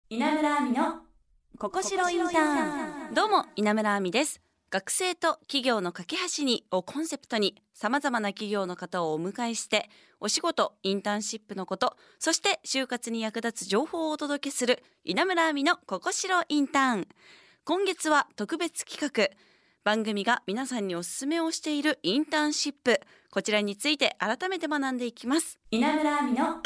稲村亜美のここしろインターン。どうも稲村亜美です。学生と企業の架け橋にをコンセプトに様々な企業の方をお迎えしてお仕事、インターンシップのこと、そして就活に役立つ情報をお届けする稲村亜美のここしろインターン。今月は特別企画、番組が皆さんにおすすめをしているインターンシップ、こちらについて改めて学んでいきます。稲村亜美の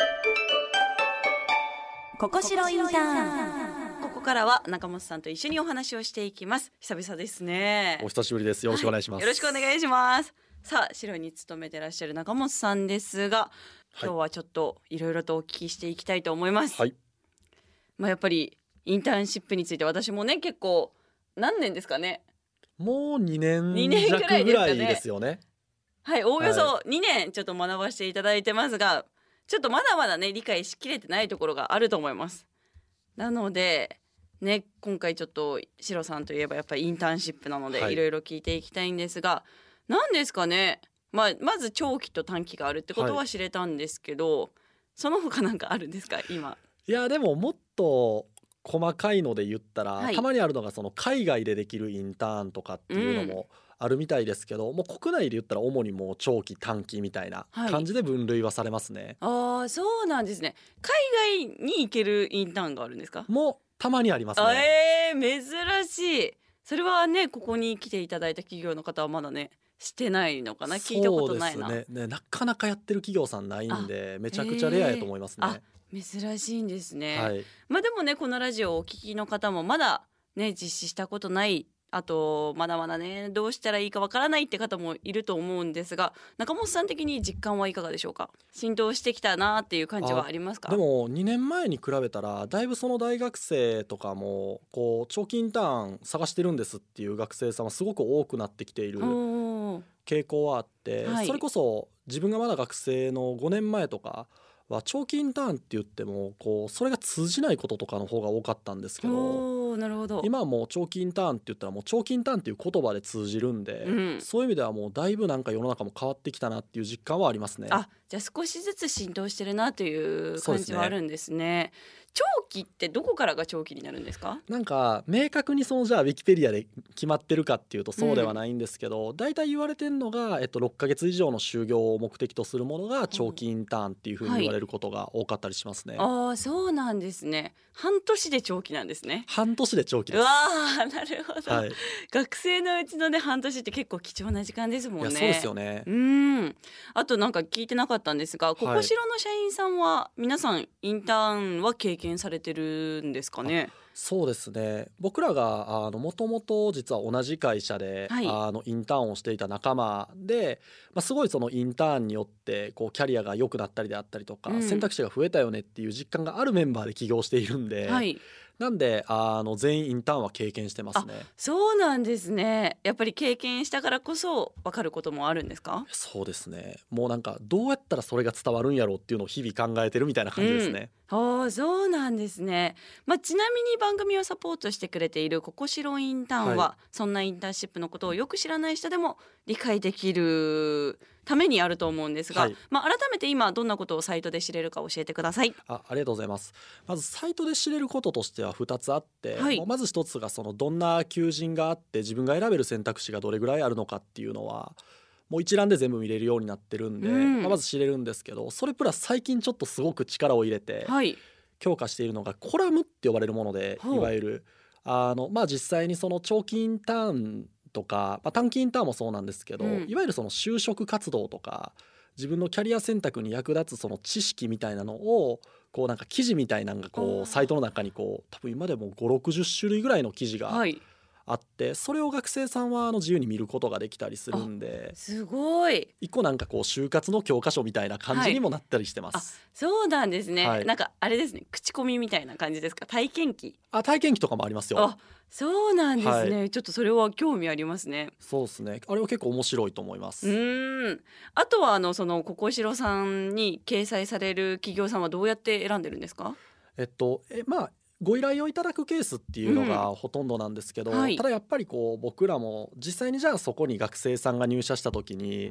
ここしろインターン。ここからは中本さんと一緒にお話をしていきます。久々ですね。 お久しぶりです。よろしくお願いします。 よろしくお願いします。さあ、白に勤めてらっしゃる中本さんですが、今日はちょっといろいろとお聞きしていきたいと思います。 はい。 やっぱりインターンシップについて私もね、結構何年ですかね。 もう2年弱ぐらいですよね。 はい、おおよそ2年ちょっと学ばせていただいてますが、ちょっとまだまだね理解しきれてないところがあると思います。なのでね、今回ちょっとシロさんといえばやっぱりインターンシップなのでいろいろ聞いていきたいんですが、何ですかね、まず長期と短期があるってことは知れたんですけど、その他なんかあるんですか今。 いやでももっと細かいので言ったら、たまにあるのがその海外でできるインターンとかっていうのもあるみたいですけど、もう国内で言ったら主にもう長期短期みたいな感じで分類はされますね。 ああ、そうなんですね。海外に行けるインターンがあるんですか？ もうたまにありますね。 珍しい。それはね、ここに来ていただいた企業の方はまだねしてないのかな。聞いたことないな。 そうですね。なかなかやってる企業さんないんで、めちゃくちゃレアやと思いますね。 珍しいんですね。 はい。 でもね、このラジオをお聞きの方もまだね実施したことない、あとまだまだねどうしたらいいかわからないって方もいると思うんですが、中本さん的に実感はいかがでしょうか？浸透してきたなっていう感じはありますか？ でも2年前に比べたらだいぶその大学生とかもこう長期インターン探してるんですっていう学生さんはすごく多くなってきている傾向はあって、それこそ自分がまだ学生の5年前とかは長期インターンって言ってもこうそれが通じないこととかの方が多かったんですけど、 なるほど。 今はもう長期インターンって言ったらもう長期インターンっていう言葉で通じるんで、そういう意味ではもうだいぶなんか世の中も変わってきたなっていう実感はありますね。 じゃあ少しずつ浸透してるなという感じはあるんですね。長期ってどこからが長期になるんですか？ なんか明確にそのじゃあウィキペディアで決まってるかっていうとそうではないんですけど、大体言われてるのが、6ヶ月以上の就業を目的とするものが長期インターンっていうふうに言われることが多かったりしますね。 そうなんですね。半年で長期なんですね。 半年で長期です。 なるほど、学生のうちのね半年って結構貴重な時間ですもんね。 いやそうですよね。 あとなんか聞いてなかったんですが、ここしろの社員さんは皆さんインターンは経験されてるんですかね？ そうですね。僕らがもともと実は同じ会社で、インターンをしていた仲間で、すごいそのインターンによってこうキャリアが良くなったりであったりとか、選択肢が増えたよねっていう実感があるメンバーで起業しているんで、なんで全員インターンは経験してますね。 そうなんですね。やっぱり経験したからこそ分かることもあるんですか？ そうですね。もうなんかどうやったらそれが伝わるんやろうっていうのを日々考えてるみたいな感じですね。 そうなんですね。ちなみに番組をサポートしてくれているここしろインターンは、そんなインターンシップのことをよく知らない人でも理解できるためにあると思うんですが、改めて今どんなことをサイトで知れるか教えてください。 ありがとうございます。まずサイトで知れることとしては2つあって、まず1つがそのどんな求人があって自分が選べる選択肢がどれぐらいあるのかっていうのはもう一覧で全部見れるようになってるんで、まず知れるんですけど、それプラス最近ちょっとすごく力を入れて強化しているのがコラムって呼ばれるもので、いわゆる実際にその長期インターンとか、短期インターンもそうなんですけど、いわゆるその就職活動とか自分のキャリア選択に役立つその知識みたいなのをこうなんか記事みたいなのがこうサイトの中にこう多分今でも5、60種類ぐらいの記事があって、それを学生さんは自由に見ることができたりするんで、 すごい一個なんかこう就活の教科書みたいな感じにもなったりしてます。 そうなんですね。なんかあれですね、口コミみたいな感じですか？体験記？ 体験記とかもありますよ。 そうなんですね。ちょっとそれは興味ありますね。 そうですね。あれは結構面白いと思います。 あとはそのここしろさんに掲載される企業さんはどうやって選んでるんですか？ ご依頼をいただくケースっていうのがほとんどなんですけど、ただやっぱりこう僕らも実際にじゃあそこに学生さんが入社した時に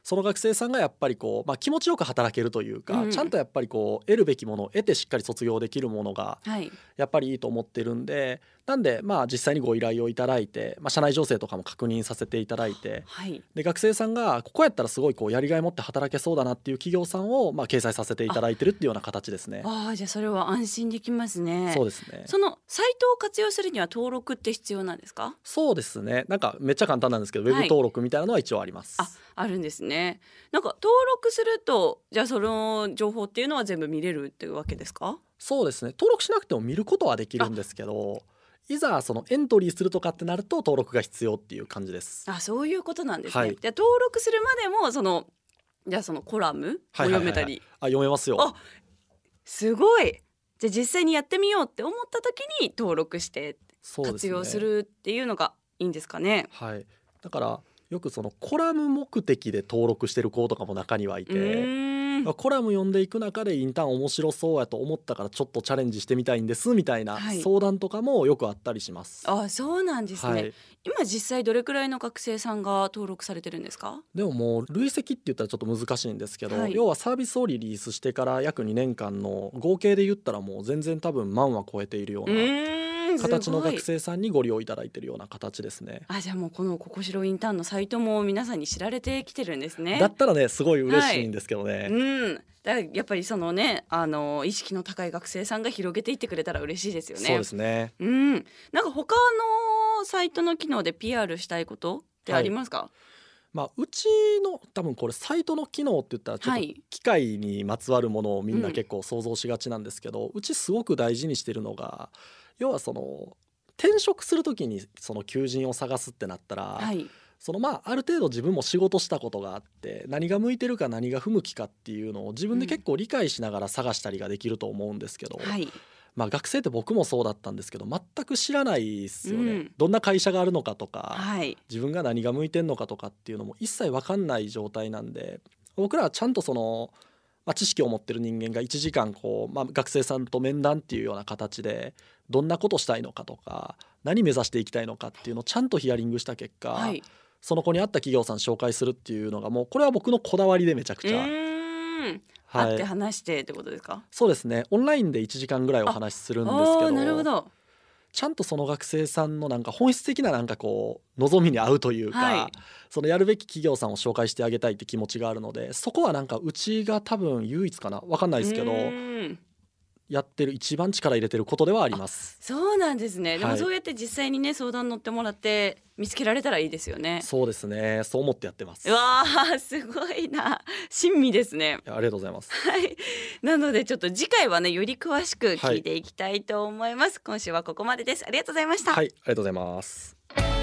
その学生さんがやっぱりこう、気持ちよく働けるというか、ちゃんとやっぱりこう得るべきものを得てしっかり卒業できるものがやっぱりいいと思ってるんで、なんで実際にご依頼をいただいて、社内情勢とかも確認させていただいて、で学生さんがここやったらすごいこうやりがい持って働けそうだなっていう企業さんを掲載させていただいてるっていうような形ですね。 じゃあそれは安心できますね。 そうですね。 そのサイトを活用するには登録って必要なんですか？ そうですね。なんかめっちゃ簡単なんですけど、ウェブ登録みたいなのは一応あります。 あるんですね。なんか登録するとじゃあその情報っていうのは全部見れるっていうわけですか？ そうですね。登録しなくても見ることはできるんですけど、いざそのエントリーするとかってなると登録が必要っていう感じです。 そういうことなんですね。じゃあ登録するまでもじゃあそのコラムを読めたり、 読めますよ。 すごい。じゃあ実際にやってみようって思った時に登録して活用するっていうのがいいんですかね。 だからよくそのコラム目的で登録してる子とかも中にはいて、コラム読んでいく中でインターン面白そうやと思ったからちょっとチャレンジしてみたいんですみたいな相談とかもよくあったりします。 そうなんですね。今実際どれくらいの学生さんが登録されてるんですか？ でももう累積って言ったらちょっと難しいんですけど、要はサービスをリリースしてから約2年間の合計で言ったらもう全然多分万は超えているような形の学生さんにご利用いただいているような形ですね。 じゃあもうこのココシロインターンのサイトも皆さんに知られてきてるんですね。 だったらねすごい嬉しいんですけどね。 だからやっぱりそのね意識の高い学生さんが広げていってくれたら嬉しいですよね。 そうですね。 なんか他のサイトの機能で PR したいことってありますか？ うちの多分これサイトの機能って言ったらちょっと機械にまつわるものをみんな結構想像しがちなんですけど、うちすごく大事にしてるのが、要はその転職する時にその求人を探すってなったら、そのある程度自分も仕事したことがあって何が向いてるか何が不向きかっていうのを自分で結構理解しながら探したりができると思うんですけど、学生って僕もそうだったんですけど全く知らないですよね。どんな会社があるのかとか、自分が何が向いてんのかとかっていうのも一切分かんない状態なんで、僕らはちゃんとその、知識を持ってる人間が1時間こう、学生さんと面談っていうような形でどんなことしたいのかとか何目指していきたいのかっていうのをちゃんとヒアリングした結果、その子に合った企業さん紹介するっていうのがもうこれは僕のこだわりでめちゃくちゃ会って話してってことですか？ そうですね。オンラインで1時間ぐらいお話しするんですけど、 なるほど。 ちゃんとその学生さんのなんか本質的ななんかこう望みに合うというか、そのやるべき企業さんを紹介してあげたいって気持ちがあるので、そこはなんかうちが多分唯一かな、分かんないですけどやってる一番力入れてることではあります。 そうなんですね。でもそうやって実際にね相談乗ってもらって見つけられたらいいですよね。 そうですね。そう思ってやってます。 すごいな、親身ですね。 ありがとうございます。 なのでちょっと次回はねより詳しく聞いていきたいと思います。今週はここまでです。ありがとうございました。 ありがとうございます。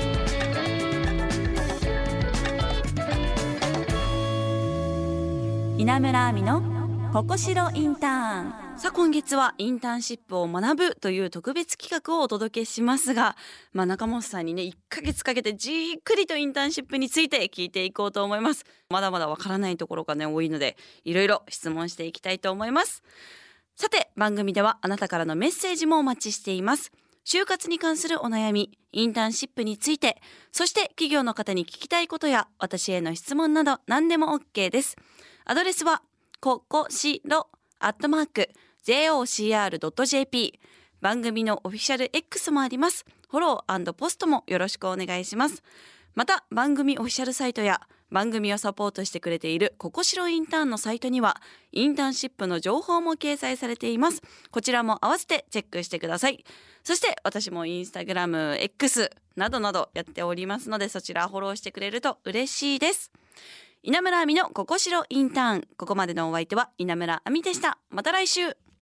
稲村亜美のココシロインターン。さあ今月はインターンシップを学ぶという特別企画をお届けしますが、中本さんにね1ヶ月かけてじっくりとインターンシップについて聞いていこうと思います。まだまだわからないところがね多いのでいろいろ質問していきたいと思います。さて番組ではあなたからのメッセージもお待ちしています。就活に関するお悩み、インターンシップについて、そして企業の方に聞きたいことや私への質問など何でも OK です。アドレスはここしろ@jocr.jp。 番組のオフィシャル X もあります。フォロー&ポストもよろしくお願いします。また番組オフィシャルサイトや番組をサポートしてくれているココシロインターンのサイトにはインターンシップの情報も掲載されています。こちらも合わせてチェックしてください。そして私もインスタグラム X などなどやっておりますので、そちらフォローしてくれると嬉しいです。稲村亜美のココシロインターン。ここまでのお相手は稲村亜美でした。また来週。